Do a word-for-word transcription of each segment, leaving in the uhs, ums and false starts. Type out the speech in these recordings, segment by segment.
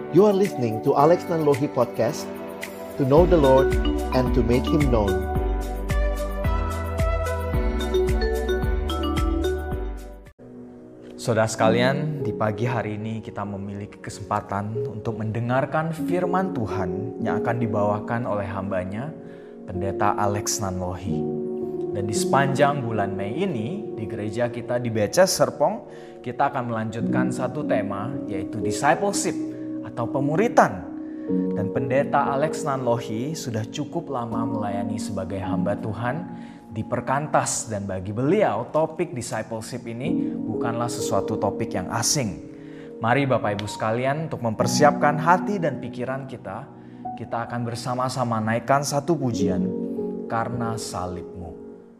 You are listening to Alex Nanlohi Podcast, to know the Lord and to make Him known. Saudara sekalian, di pagi hari ini kita memiliki kesempatan untuk mendengarkan firman Tuhan yang akan dibawakan oleh hambanya, Pendeta Alex Nanlohi. Dan di sepanjang bulan Mei ini, di gereja kita di B C Serpong, kita akan melanjutkan satu tema, yaitu discipleship atau pemuritan. Dan Pendeta Alex Nanlohi sudah cukup lama melayani sebagai hamba Tuhan di Perkantas, dan bagi beliau topik discipleship ini bukanlah sesuatu topik yang asing. Mari Bapak Ibu sekalian, untuk mempersiapkan hati dan pikiran kita, kita akan bersama-sama naikkan satu pujian, Karena Salib-Mu.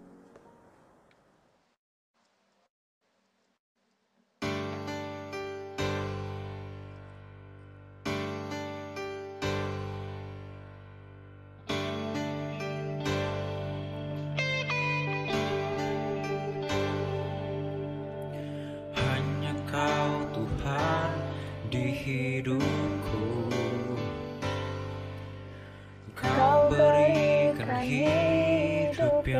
Hanya Kau Tuhan di hidupku, Kau berikan hidup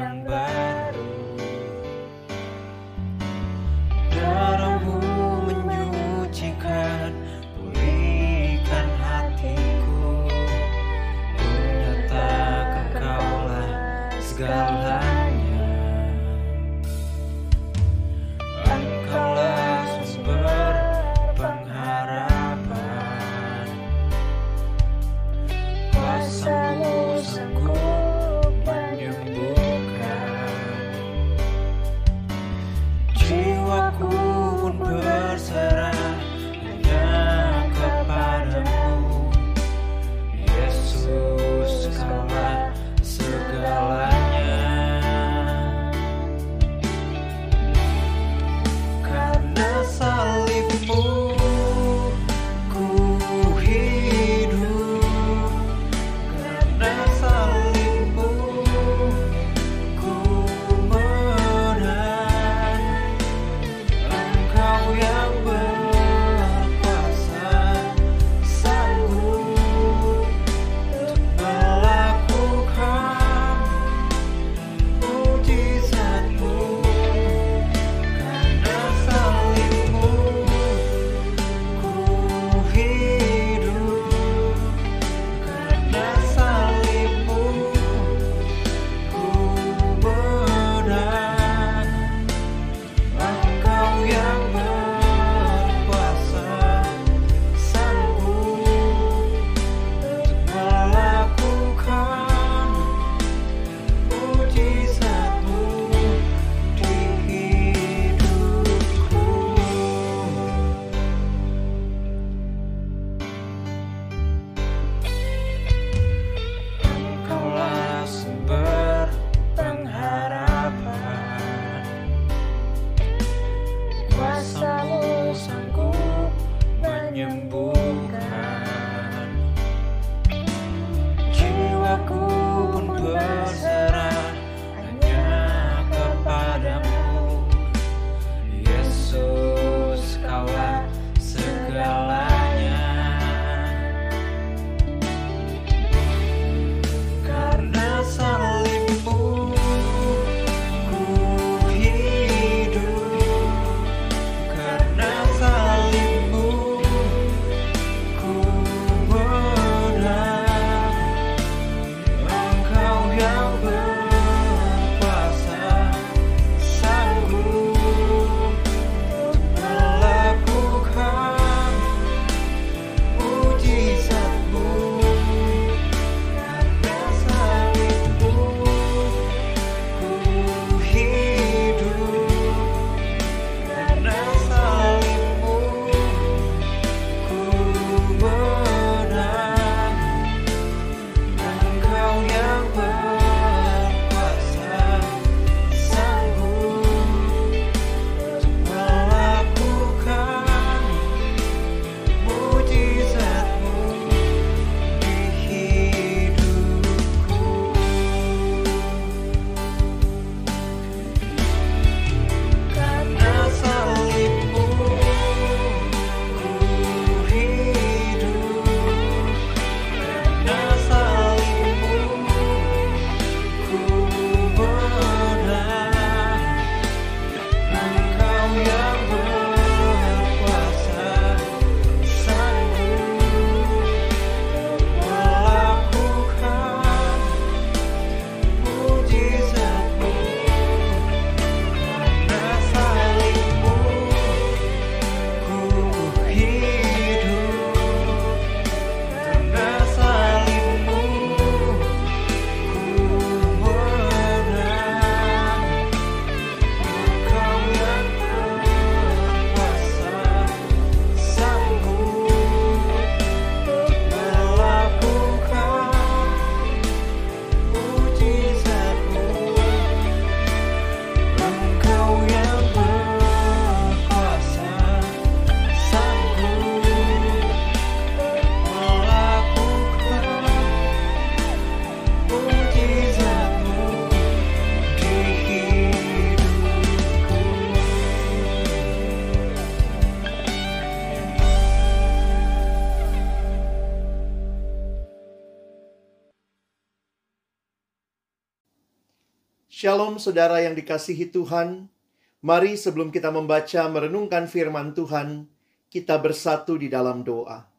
Shalom saudara yang dikasihi Tuhan. Mari sebelum kita membaca merenungkan firman Tuhan, kita bersatu di dalam doa.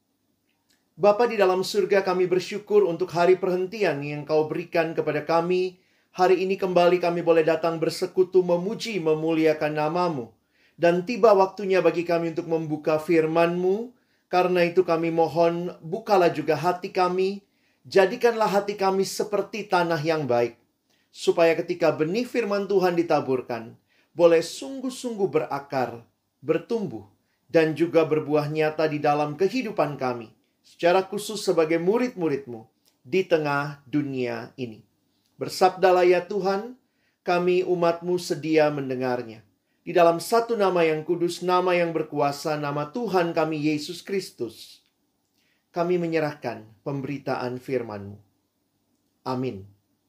Bapa di dalam surga, kami bersyukur untuk hari perhentian yang Kau berikan kepada kami. Hari ini kembali kami boleh datang bersekutu memuji memuliakan nama-Mu. Dan tiba waktunya bagi kami untuk membuka firman-Mu. Karena itu kami mohon, bukalah juga hati kami. Jadikanlah hati kami seperti tanah yang baik. Supaya ketika benih firman Tuhan ditaburkan, boleh sungguh-sungguh berakar, bertumbuh, dan juga berbuah nyata di dalam kehidupan kami. Secara khusus sebagai murid-murid-Mu di tengah dunia ini. Bersabdalah ya Tuhan, kami umat-Mu sedia mendengarnya. Di dalam satu nama yang kudus, nama yang berkuasa, nama Tuhan kami Yesus Kristus, kami menyerahkan pemberitaan firman-Mu. Amin.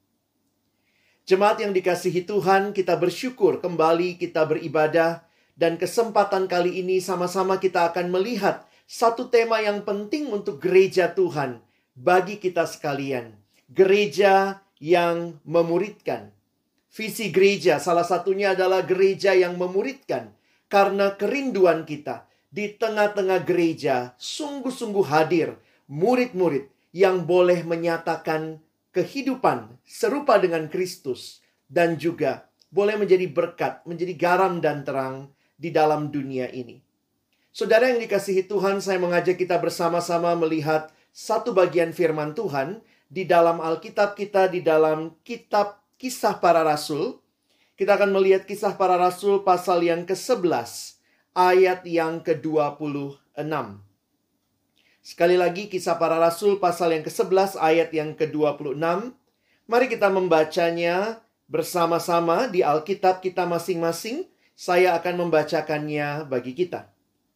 Jemaat yang dikasihi Tuhan, kita bersyukur kembali kita beribadah. Dan kesempatan kali ini sama-sama kita akan melihat satu tema yang penting untuk gereja Tuhan bagi kita sekalian. Gereja yang memuridkan. Visi gereja salah satunya adalah gereja yang memuridkan. Karena kerinduan kita di tengah-tengah gereja sungguh-sungguh hadir murid-murid yang boleh menyatakan kehidupan serupa dengan Kristus. Dan juga boleh menjadi berkat, menjadi garam dan terang di dalam dunia ini. Saudara yang dikasihi Tuhan, saya mengajak kita bersama-sama melihat satu bagian firman Tuhan di dalam Alkitab kita, di dalam kitab Kisah Para Rasul. Kita akan melihat Kisah Para Rasul pasal yang kesebelas, ayat yang kedua puluh enam. Sekali lagi, Kisah Para Rasul pasal yang kesebelas, ayat yang kedua puluh enam. Mari kita membacanya bersama-sama di Alkitab kita masing-masing. Saya akan membacakannya bagi kita.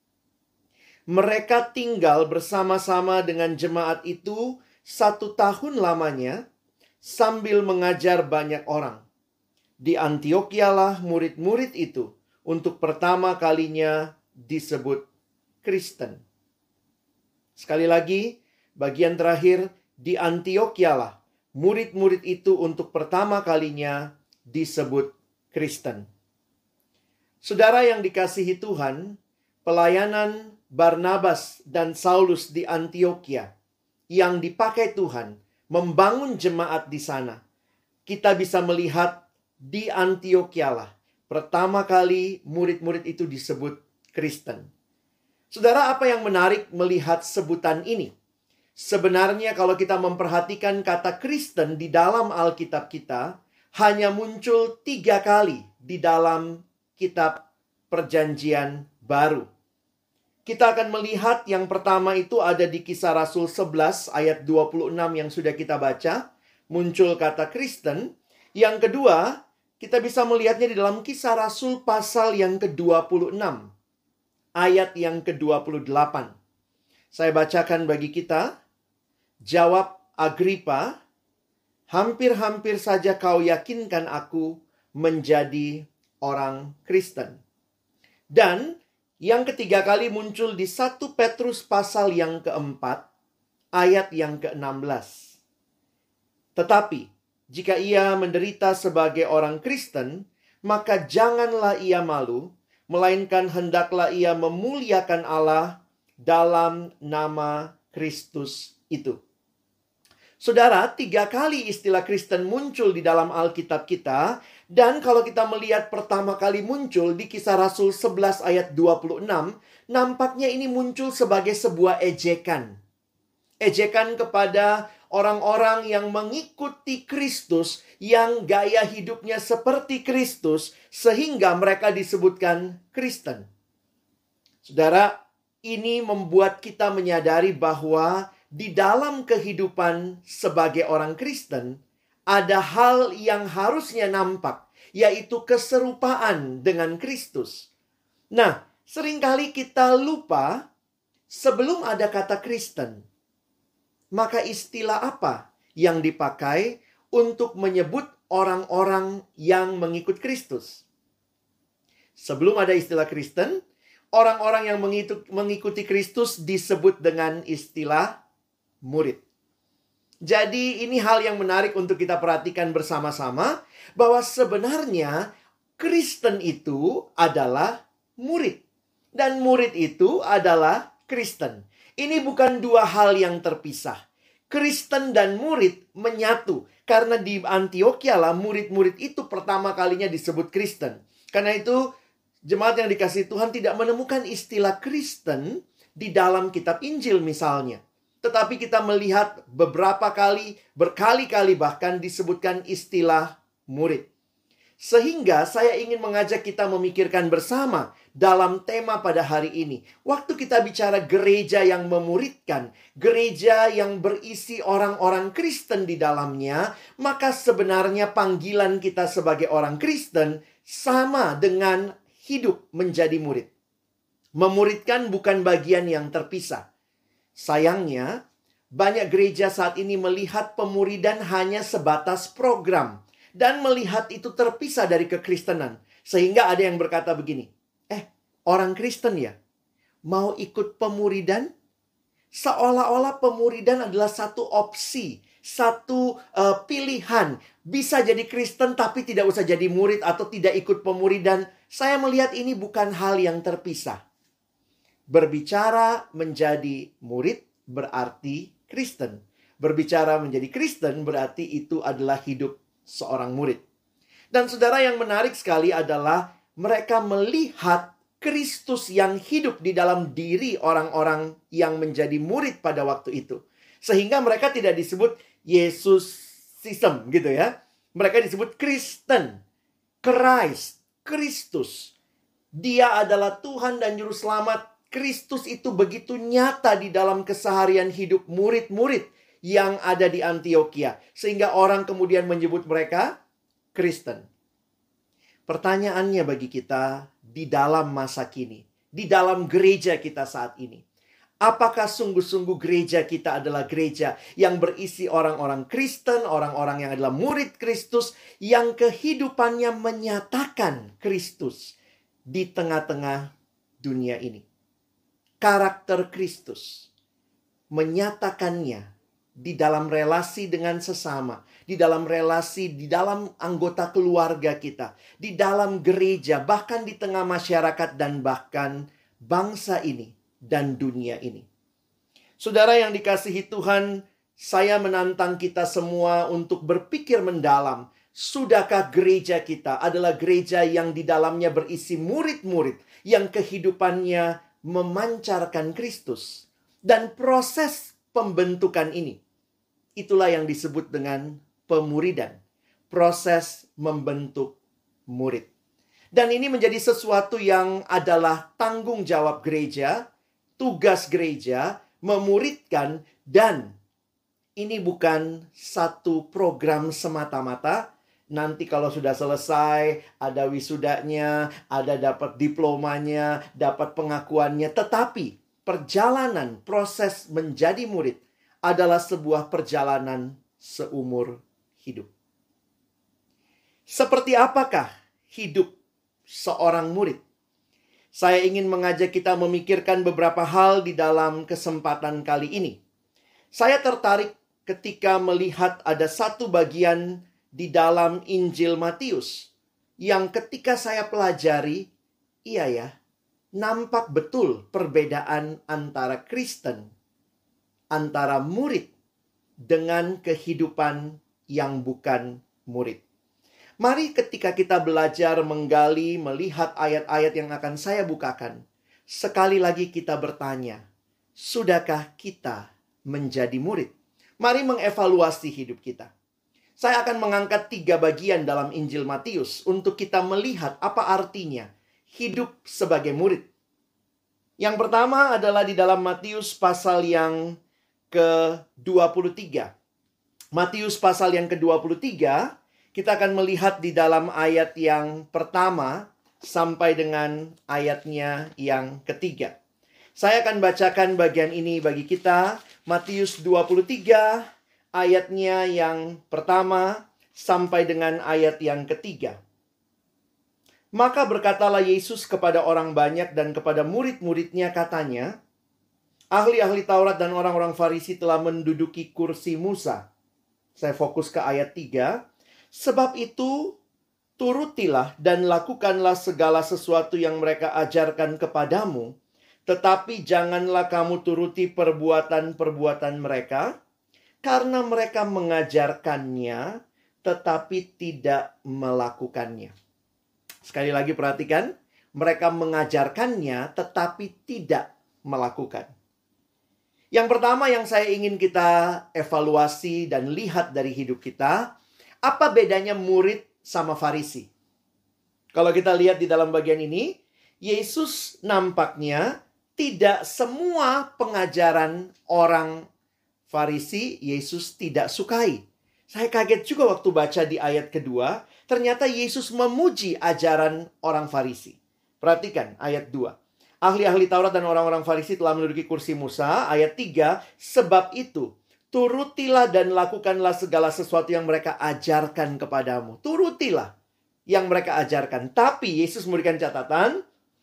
Mereka tinggal bersama-sama dengan jemaat itu satu tahun lamanya, sambil mengajar banyak orang. Di Antiokialah murid-murid itu untuk pertama kalinya disebut Kristen. Sekali lagi, bagian terakhir, di Antiokialah murid-murid itu untuk pertama kalinya disebut Kristen. Saudara yang dikasihi Tuhan, pelayanan Barnabas dan Saulus di Antiokhia yang dipakai Tuhan membangun jemaat di sana. Kita bisa melihat di Antiokialah pertama kali murid-murid itu disebut Kristen. Saudara, apa yang menarik melihat sebutan ini? Sebenarnya kalau kita memperhatikan kata Kristen di dalam Alkitab kita, hanya muncul tiga kali di dalam kitab Perjanjian Baru. Kita akan melihat yang pertama itu ada di Kisah Rasul sebelas ayat dua puluh enam yang sudah kita baca. Muncul kata Kristen. Yang kedua, kita bisa melihatnya di dalam Kisah Rasul pasal yang ke dua puluh enam. Ayat yang ke dua puluh delapan. Saya bacakan bagi kita. Jawab Agripa, hampir-hampir saja kau yakinkan aku menjadi orang Kristen. Dan yang ketiga kali muncul di satu Petrus pasal yang keempat, ayat yang ke enam belas. Tetapi, jika ia menderita sebagai orang Kristen, maka janganlah ia malu, melainkan hendaklah ia memuliakan Allah dalam nama Kristus itu. Saudara, tiga kali istilah Kristen muncul di dalam Alkitab kita. Dan kalau kita melihat pertama kali muncul di Kisah Rasul sebelas ayat dua puluh enam, nampaknya ini muncul sebagai sebuah ejekan. Ejekan kepada orang-orang yang mengikuti Kristus, yang gaya hidupnya seperti Kristus, sehingga mereka disebutkan Kristen. Saudara, ini membuat kita menyadari bahwa di dalam kehidupan sebagai orang Kristen, ada hal yang harusnya nampak, yaitu keserupaan dengan Kristus. Nah, seringkali kita lupa, sebelum ada kata Kristen, maka istilah apa yang dipakai untuk menyebut orang-orang yang mengikut Kristus? Sebelum ada istilah Kristen, orang-orang yang mengikuti Kristus disebut dengan istilah murid. Jadi ini hal yang menarik untuk kita perhatikan bersama-sama, bahwa sebenarnya Kristen itu adalah murid. Dan murid itu adalah Kristen. Ini bukan dua hal yang terpisah. Kristen dan murid menyatu. Karena di Antiokhia lah murid-murid itu pertama kalinya disebut Kristen. Karena itu jemaat yang dikasihi Tuhan tidak menemukan istilah Kristen di dalam kitab Injil misalnya. Tetapi kita melihat beberapa kali, berkali-kali bahkan disebutkan istilah murid. Sehingga saya ingin mengajak kita memikirkan bersama dalam tema pada hari ini. Waktu kita bicara gereja yang memuridkan, gereja yang berisi orang-orang Kristen di dalamnya, maka sebenarnya panggilan kita sebagai orang Kristen sama dengan hidup menjadi murid. Memuridkan bukan bagian yang terpisah. Sayangnya, banyak gereja saat ini melihat pemuridan hanya sebatas program. Dan melihat itu terpisah dari kekristenan. Sehingga ada yang berkata begini, eh, orang Kristen ya, mau ikut pemuridan? Seolah-olah pemuridan adalah satu opsi, satu uh, pilihan. Bisa jadi Kristen tapi tidak usah jadi murid atau tidak ikut pemuridan. Saya melihat ini bukan hal yang terpisah. Berbicara menjadi murid berarti Kristen. Berbicara menjadi Kristen berarti itu adalah hidup seorang murid. Dan saudara, yang menarik sekali adalah mereka melihat Kristus yang hidup di dalam diri orang-orang yang menjadi murid pada waktu itu. Sehingga mereka tidak disebut Yesusism gitu ya. Mereka disebut Kristen, Christ, Kristus. Dia adalah Tuhan dan Juru Selamat. Kristus itu begitu nyata di dalam keseharian hidup murid-murid yang ada di Antiokhia. Sehingga orang kemudian menyebut mereka Kristen. Pertanyaannya bagi kita di dalam masa kini, di dalam gereja kita saat ini, apakah sungguh-sungguh gereja kita adalah gereja yang berisi orang-orang Kristen, orang-orang yang adalah murid Kristus, yang kehidupannya menyatakan Kristus di tengah-tengah dunia ini? Karakter Kristus menyatakannya di dalam relasi dengan sesama, di dalam relasi, di dalam anggota keluarga kita, di dalam gereja, bahkan di tengah masyarakat dan bahkan bangsa ini dan dunia ini. Saudara yang dikasihi Tuhan, saya menantang kita semua untuk berpikir mendalam. Sudahkah gereja kita adalah gereja yang di dalamnya berisi murid-murid yang kehidupannya memancarkan Kristus? Dan proses pembentukan ini, itulah yang disebut dengan pemuridan. Proses membentuk murid. Dan ini menjadi sesuatu yang adalah tanggung jawab gereja, tugas gereja, memuridkan. Dan ini bukan satu program semata-mata. Nanti kalau sudah selesai, ada wisudanya, ada dapat diplomanya, dapat pengakuannya. Tetapi perjalanan proses menjadi murid adalah sebuah perjalanan seumur hidup. Seperti apakah hidup seorang murid? Saya ingin mengajak kita memikirkan beberapa hal di dalam kesempatan kali ini. Saya tertarik ketika melihat ada satu bagian di dalam Injil Matius yang ketika saya pelajari, iya ya, nampak betul perbedaan antara Kristen, antara murid dengan kehidupan yang bukan murid. Mari ketika kita belajar menggali, melihat ayat-ayat yang akan saya bukakan, sekali lagi kita bertanya, sudahkah kita menjadi murid? Mari mengevaluasi hidup kita. Saya akan mengangkat tiga bagian dalam Injil Matius untuk kita melihat apa artinya hidup sebagai murid. Yang pertama adalah di dalam Matius pasal yang ke dua puluh tiga. Matius pasal yang ke dua puluh tiga, kita akan melihat di dalam ayat yang pertama sampai dengan ayatnya yang ketiga. Saya akan bacakan bagian ini bagi kita. Matius dua puluh tiga, ayatnya yang pertama sampai dengan ayat yang ketiga. Maka berkatalah Yesus kepada orang banyak dan kepada murid-muridnya katanya, Ahli-ahli Taurat dan orang-orang Farisi telah menduduki kursi Musa. Saya fokus ke ayat tiga. Sebab itu, turutilah dan lakukanlah segala sesuatu yang mereka ajarkan kepadamu. Tetapi janganlah kamu turuti perbuatan-perbuatan mereka, karena mereka mengajarkannya, tetapi tidak melakukannya. Sekali lagi perhatikan, mereka mengajarkannya, tetapi tidak melakukan. Yang pertama yang saya ingin kita evaluasi dan lihat dari hidup kita, apa bedanya murid sama Farisi? Kalau kita lihat di dalam bagian ini, Yesus nampaknya tidak semua pengajaran orang Farisi Yesus tidak sukai. Saya kaget juga waktu baca di ayat kedua, ternyata Yesus memuji ajaran orang Farisi. Perhatikan ayat dua. Ahli-ahli Taurat dan orang-orang Farisi telah menduduki kursi Musa. Ayat tiga, sebab itu, turutilah dan lakukanlah segala sesuatu yang mereka ajarkan kepadamu. Turutilah yang mereka ajarkan. Tapi Yesus memberikan catatan,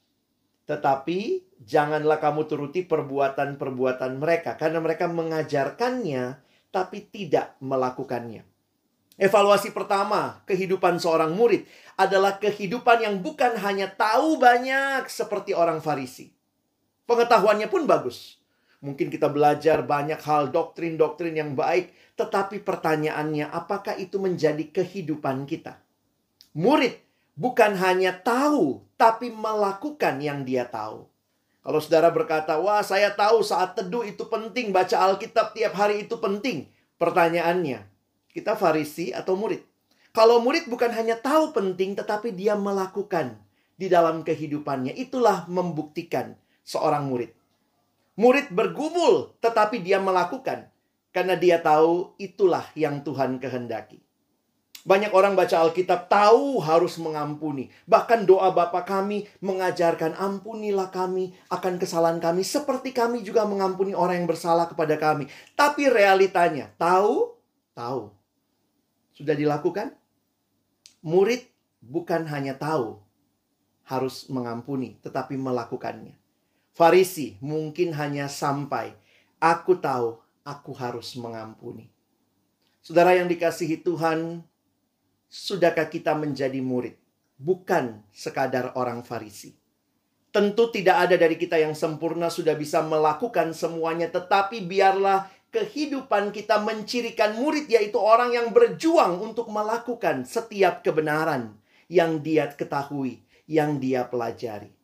tetapi janganlah kamu turuti perbuatan-perbuatan mereka, karena mereka mengajarkannya, tapi tidak melakukannya. Evaluasi pertama, kehidupan seorang murid adalah kehidupan yang bukan hanya tahu banyak seperti orang Farisi. Pengetahuannya pun bagus. Mungkin kita belajar banyak hal, doktrin-doktrin yang baik, tetapi pertanyaannya, apakah itu menjadi kehidupan kita? Murid bukan hanya tahu, tapi melakukan yang dia tahu. Kalau saudara berkata, wah saya tahu saat teduh itu penting, baca Alkitab tiap hari itu penting. Pertanyaannya, kita Farisi atau murid? Kalau murid bukan hanya tahu penting, tetapi dia melakukan di dalam kehidupannya. Itulah membuktikan seorang murid. Murid bergumul, tetapi dia melakukan. Karena dia tahu itulah yang Tuhan kehendaki. Banyak orang baca Alkitab tahu harus mengampuni. Bahkan doa Bapa kami mengajarkan, ampunilah kami akan kesalahan kami, seperti kami juga mengampuni orang yang bersalah kepada kami. Tapi realitanya, tahu, tahu. Sudah dilakukan? Murid bukan hanya tahu harus mengampuni, tetapi melakukannya. Farisi mungkin hanya sampai, aku tahu, aku harus mengampuni. Saudara yang dikasihi Tuhan, sudahkah kita menjadi murid? Bukan sekadar orang Farisi. Tentu tidak ada dari kita yang sempurna sudah bisa melakukan semuanya, tetapi biarlah kehidupan kita mencirikan murid, yaitu orang yang berjuang untuk melakukan setiap kebenaran yang dia ketahui, yang dia pelajari.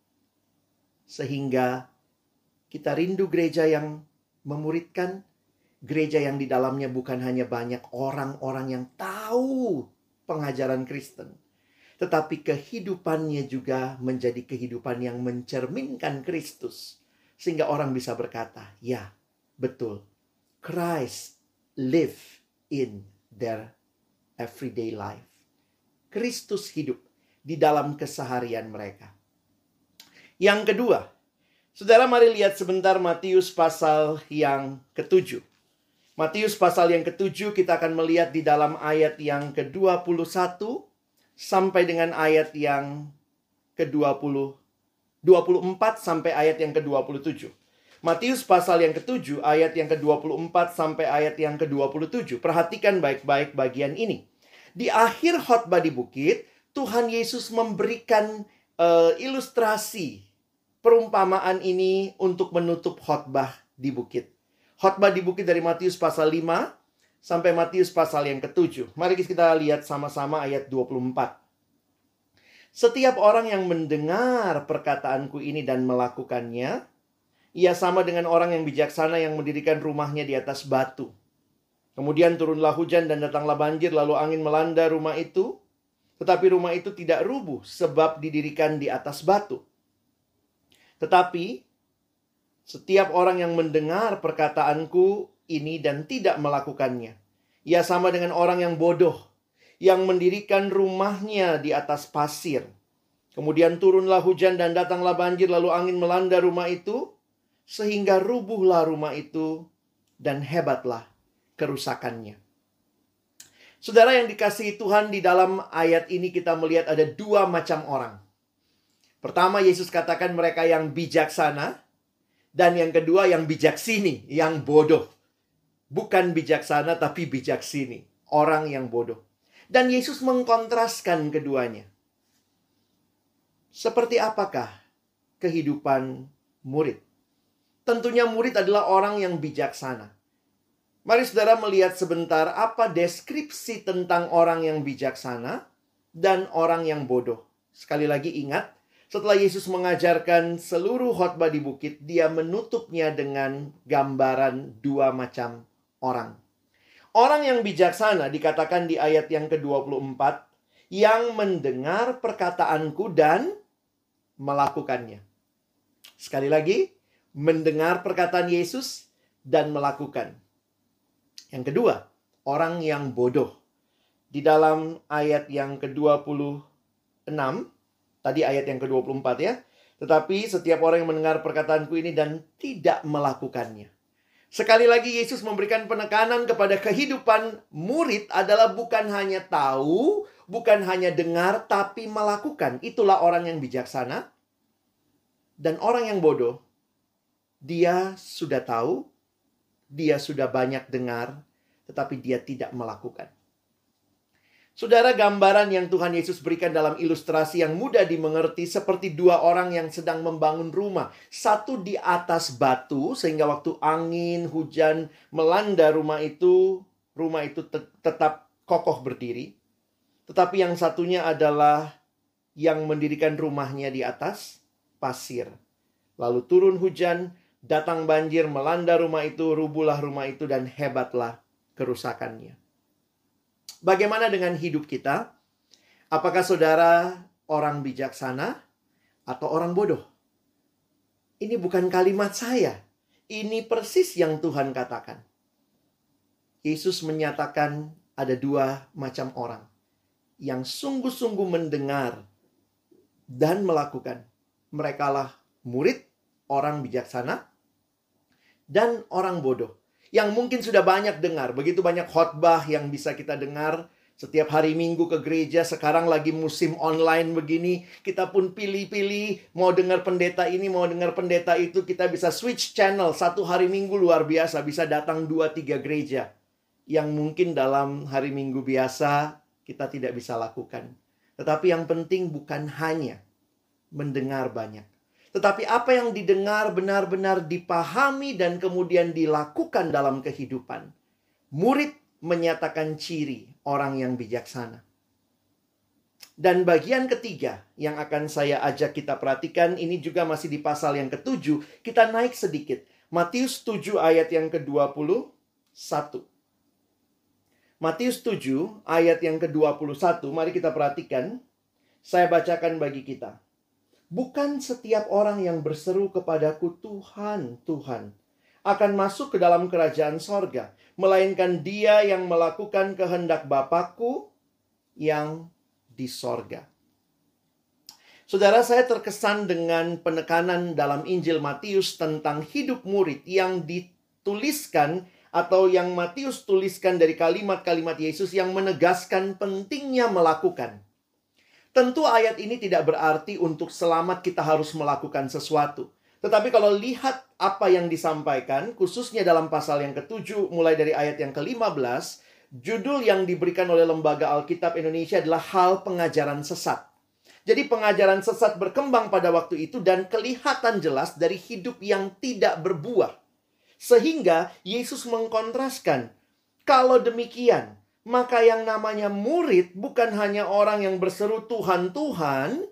Sehingga kita rindu gereja yang memuridkan, gereja yang di dalamnya bukan hanya banyak orang-orang yang tahu pengajaran Kristen, tetapi kehidupannya juga menjadi kehidupan yang mencerminkan Kristus. Sehingga orang bisa berkata, ya betul, Christ live in their everyday life. Kristus hidup di dalam keseharian mereka. Yang kedua, saudara mari lihat sebentar Matius pasal yang ketujuh. Matius pasal yang ketujuh kita akan melihat di dalam ayat yang ke dua puluh satu sampai dengan ayat yang ke dua puluh, dua puluh empat sampai ayat yang ke dua puluh tujuh. Matius pasal yang ketujuh, ayat yang ke dua puluh empat sampai ayat yang ke dua puluh tujuh. Perhatikan baik-baik bagian ini. Di akhir khotbah di bukit, Tuhan Yesus memberikan uh, ilustrasi perumpamaan ini untuk menutup khotbah di bukit. Khotbah di bukit dari Matius pasal lima sampai Matius pasal yang ketujuh. Mari kita lihat sama-sama ayat dua puluh empat. Setiap orang yang mendengar perkataanku ini dan melakukannya, ia sama dengan orang yang bijaksana yang mendirikan rumahnya di atas batu. Kemudian turunlah hujan dan datanglah banjir, lalu angin melanda rumah itu. Tetapi rumah itu tidak rubuh sebab didirikan di atas batu. Tetapi setiap orang yang mendengar perkataanku ini dan tidak melakukannya, ia sama dengan orang yang bodoh yang mendirikan rumahnya di atas pasir. Kemudian turunlah hujan dan datanglah banjir, lalu angin melanda rumah itu, sehingga rubuhlah rumah itu dan hebatlah kerusakannya. Saudara yang dikasihi Tuhan, di dalam ayat ini kita melihat ada dua macam orang. Pertama, Yesus katakan mereka yang bijaksana. Dan yang kedua yang bijaksini, yang bodoh. Bukan bijaksana tapi bijaksini. Orang yang bodoh. Dan Yesus mengkontraskan keduanya. Seperti apakah kehidupan murid? Tentunya murid adalah orang yang bijaksana. Mari saudara melihat sebentar apa deskripsi tentang orang yang bijaksana dan orang yang bodoh. Sekali lagi ingat, setelah Yesus mengajarkan seluruh khotbah di bukit, dia menutupnya dengan gambaran dua macam orang. Orang yang bijaksana dikatakan di ayat yang ke dua puluh empat, yang mendengar perkataanku dan melakukannya. Sekali lagi, mendengar perkataan Yesus dan melakukan. Yang kedua, orang yang bodoh. Di dalam ayat yang ke dua puluh enam, tadi ayat yang ke dua puluh empat ya. Tetapi setiap orang yang mendengar perkataanku ini dan tidak melakukannya. Sekali lagi Yesus memberikan penekanan kepada kehidupan murid adalah bukan hanya tahu, bukan hanya dengar, tapi melakukan. Itulah orang yang bijaksana. Dan orang yang bodoh, dia sudah tahu, dia sudah banyak dengar, tetapi dia tidak melakukan. Saudara, gambaran yang Tuhan Yesus berikan dalam ilustrasi yang mudah dimengerti seperti dua orang yang sedang membangun rumah. Satu di atas batu, sehingga waktu angin, hujan melanda rumah itu, rumah itu te- tetap kokoh berdiri. Tetapi yang satunya adalah yang mendirikan rumahnya di atas pasir. Lalu turun hujan, datang banjir, melanda rumah itu, rubuhlah rumah itu, dan hebatlah kerusakannya. Bagaimana dengan hidup kita? Apakah saudara orang bijaksana atau orang bodoh? Ini bukan kalimat saya. Ini persis yang Tuhan katakan. Yesus menyatakan ada dua macam orang yang sungguh-sungguh mendengar dan melakukan. Merekalah murid, orang bijaksana, dan orang bodoh. Yang mungkin sudah banyak dengar. Begitu banyak khotbah yang bisa kita dengar. Setiap hari Minggu ke gereja. Sekarang lagi musim online begini. Kita pun pilih-pilih. Mau dengar pendeta ini, mau dengar pendeta itu. Kita bisa switch channel. Satu hari Minggu luar biasa. Bisa datang dua tiga gereja. Yang mungkin dalam hari Minggu biasa kita tidak bisa lakukan. Tetapi yang penting bukan hanya mendengar banyak. Tetapi apa yang didengar benar-benar dipahami dan kemudian dilakukan dalam kehidupan. Murid menyatakan ciri orang yang bijaksana. Dan bagian ketiga yang akan saya ajak kita perhatikan, ini juga masih di pasal yang ketujuh. Kita naik sedikit. Matius tujuh ayat yang ke dua puluh satu. Matius tujuh ayat yang ke dua puluh satu. Mari kita perhatikan. Saya bacakan bagi kita. Bukan setiap orang yang berseru kepadaku Tuhan, Tuhan, akan masuk ke dalam kerajaan sorga. Melainkan dia yang melakukan kehendak Bapakku yang di sorga. Saudara, saya terkesan dengan penekanan dalam Injil Matius tentang hidup murid yang dituliskan atau yang Matius tuliskan dari kalimat-kalimat Yesus yang menegaskan pentingnya melakukan. Tentu ayat ini tidak berarti untuk selamat kita harus melakukan sesuatu. Tetapi kalau lihat apa yang disampaikan, khususnya dalam pasal yang ketujuh, mulai dari ayat yang kelima belas, judul yang diberikan oleh Lembaga Alkitab Indonesia adalah hal pengajaran sesat. Jadi pengajaran sesat berkembang pada waktu itu dan kelihatan jelas dari hidup yang tidak berbuah. Sehingga Yesus mengkontraskan, kalau demikian, maka yang namanya murid bukan hanya orang yang berseru Tuhan, Tuhan,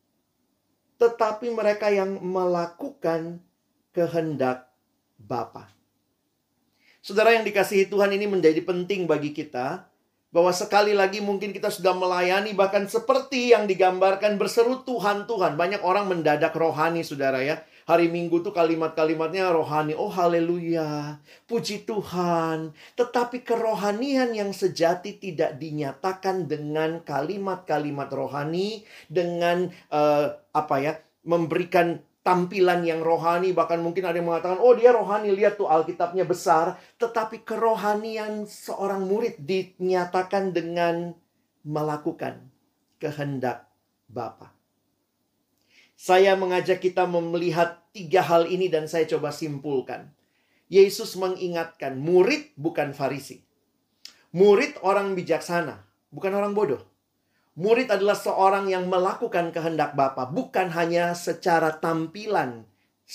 tetapi mereka yang melakukan kehendak Bapa. Saudara yang dikasihi Tuhan, ini menjadi penting bagi kita, bahwa sekali lagi mungkin kita sudah melayani bahkan seperti yang digambarkan berseru Tuhan, Tuhan. Banyak orang mendadak rohani, saudara ya. Hari Minggu tuh kalimat-kalimatnya rohani. Oh haleluya, puji Tuhan. Tetapi kerohanian yang sejati tidak dinyatakan dengan kalimat-kalimat rohani. Dengan uh, apa ya, memberikan tampilan yang rohani. Bahkan mungkin ada yang mengatakan, oh dia rohani, lihat tuh Alkitabnya besar. Tetapi kerohanian seorang murid dinyatakan dengan melakukan kehendak Bapa. Saya mengajak kita melihat tiga hal ini dan saya coba simpulkan. Yesus mengingatkan, murid bukan Farisi. Murid orang bijaksana, bukan orang bodoh. Murid adalah seorang yang melakukan kehendak Bapa, bukan hanya secara tampilan,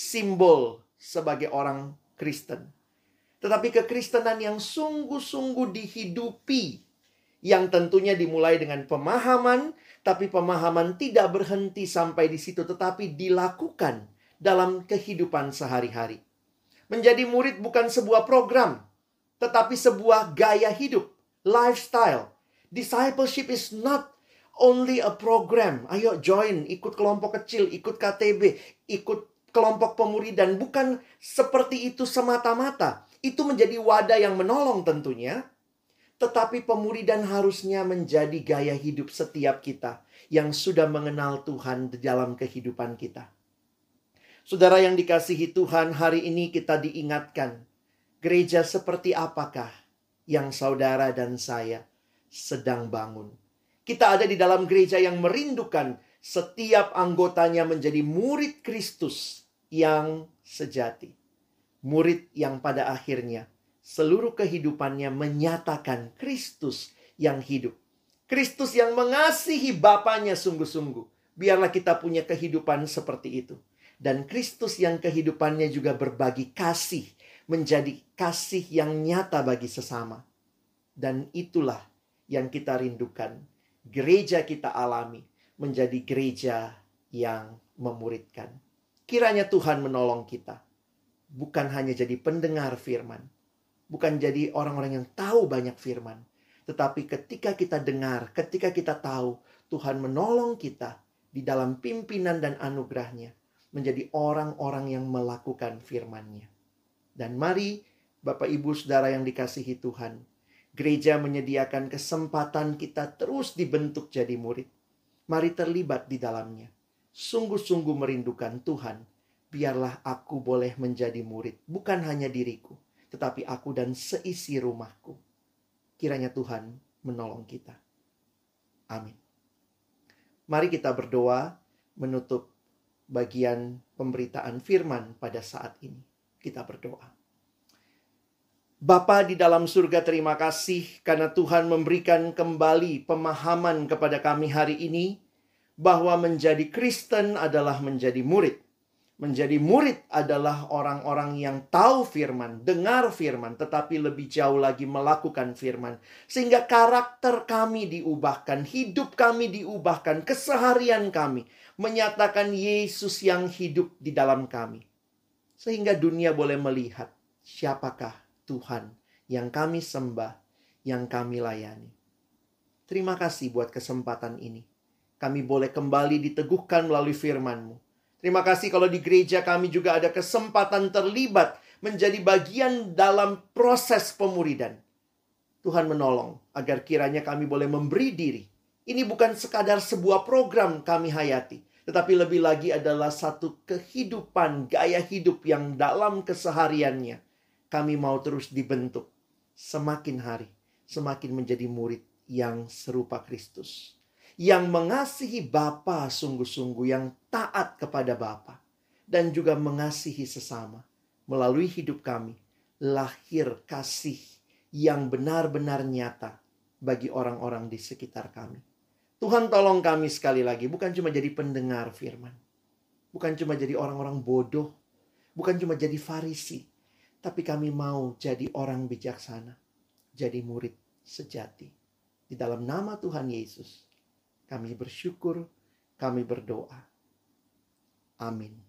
simbol sebagai orang Kristen. Tetapi kekristenan yang sungguh-sungguh dihidupi, yang tentunya dimulai dengan pemahaman, tapi pemahaman tidak berhenti sampai di situ, tetapi dilakukan dalam kehidupan sehari-hari. Menjadi murid bukan sebuah program, tetapi sebuah gaya hidup, lifestyle. Discipleship is not only a program. Ayo join, ikut kelompok kecil, ikut K T B, ikut kelompok pemuridan. Bukan seperti itu semata-mata. Itu menjadi wadah yang menolong tentunya. Tetapi pemuridan harusnya menjadi gaya hidup setiap kita yang sudah mengenal Tuhan di dalam kehidupan kita. Saudara yang dikasihi Tuhan, hari ini kita diingatkan, gereja seperti apakah yang saudara dan saya sedang bangun. Kita ada di dalam gereja yang merindukan setiap anggotanya menjadi murid Kristus yang sejati. Murid yang pada akhirnya seluruh kehidupannya menyatakan Kristus yang hidup. Kristus yang mengasihi Bapanya sungguh-sungguh. Biarlah kita punya kehidupan seperti itu. Dan Kristus yang kehidupannya juga berbagi kasih. Menjadi kasih yang nyata bagi sesama. Dan itulah yang kita rindukan. Gereja kita alami menjadi gereja yang memuridkan. Kiranya Tuhan menolong kita. Bukan hanya jadi pendengar firman. Bukan jadi orang-orang yang tahu banyak firman. Tetapi ketika kita dengar, ketika kita tahu, Tuhan menolong kita di dalam pimpinan dan anugerahnya. Menjadi orang-orang yang melakukan firman-Nya. Dan mari Bapak Ibu Saudara yang dikasihi Tuhan. Gereja menyediakan kesempatan kita terus dibentuk jadi murid. Mari terlibat di dalamnya. Sungguh-sungguh merindukan Tuhan. Biarlah aku boleh menjadi murid. Bukan hanya diriku. Tetapi aku dan seisi rumahku. Kiranya Tuhan menolong kita. Amin. Mari kita berdoa menutup bagian pemberitaan firman pada saat ini. Kita berdoa. Bapa di dalam surga, terima kasih karena Tuhan memberikan kembali pemahaman kepada kami hari ini. Bahwa menjadi Kristen adalah menjadi murid. Menjadi murid adalah orang-orang yang tahu firman, dengar firman, tetapi lebih jauh lagi melakukan firman. Sehingga karakter kami diubahkan, hidup kami diubahkan, keseharian kami menyatakan Yesus yang hidup di dalam kami. Sehingga dunia boleh melihat siapakah Tuhan yang kami sembah, yang kami layani. Terima kasih buat kesempatan ini. Kami boleh kembali diteguhkan melalui firman-Mu. Terima kasih kalau di gereja kami juga ada kesempatan terlibat menjadi bagian dalam proses pemuridan. Tuhan menolong agar kiranya kami boleh memberi diri. Ini bukan sekadar sebuah program kami hayati, tetapi lebih lagi adalah satu kehidupan, gaya hidup yang dalam kesehariannya kami mau terus dibentuk. Semakin hari, semakin menjadi murid yang serupa Kristus. Yang mengasihi Bapa sungguh-sungguh, yang taat kepada Bapa. Dan juga mengasihi sesama. Melalui hidup kami, lahir kasih yang benar-benar nyata bagi orang-orang di sekitar kami. Tuhan tolong kami sekali lagi, bukan cuma jadi pendengar firman. Bukan cuma jadi orang-orang bodoh. Bukan cuma jadi Farisi. Tapi kami mau jadi orang bijaksana. Jadi murid sejati. Di dalam nama Tuhan Yesus. Kami bersyukur, kami berdoa. Amin.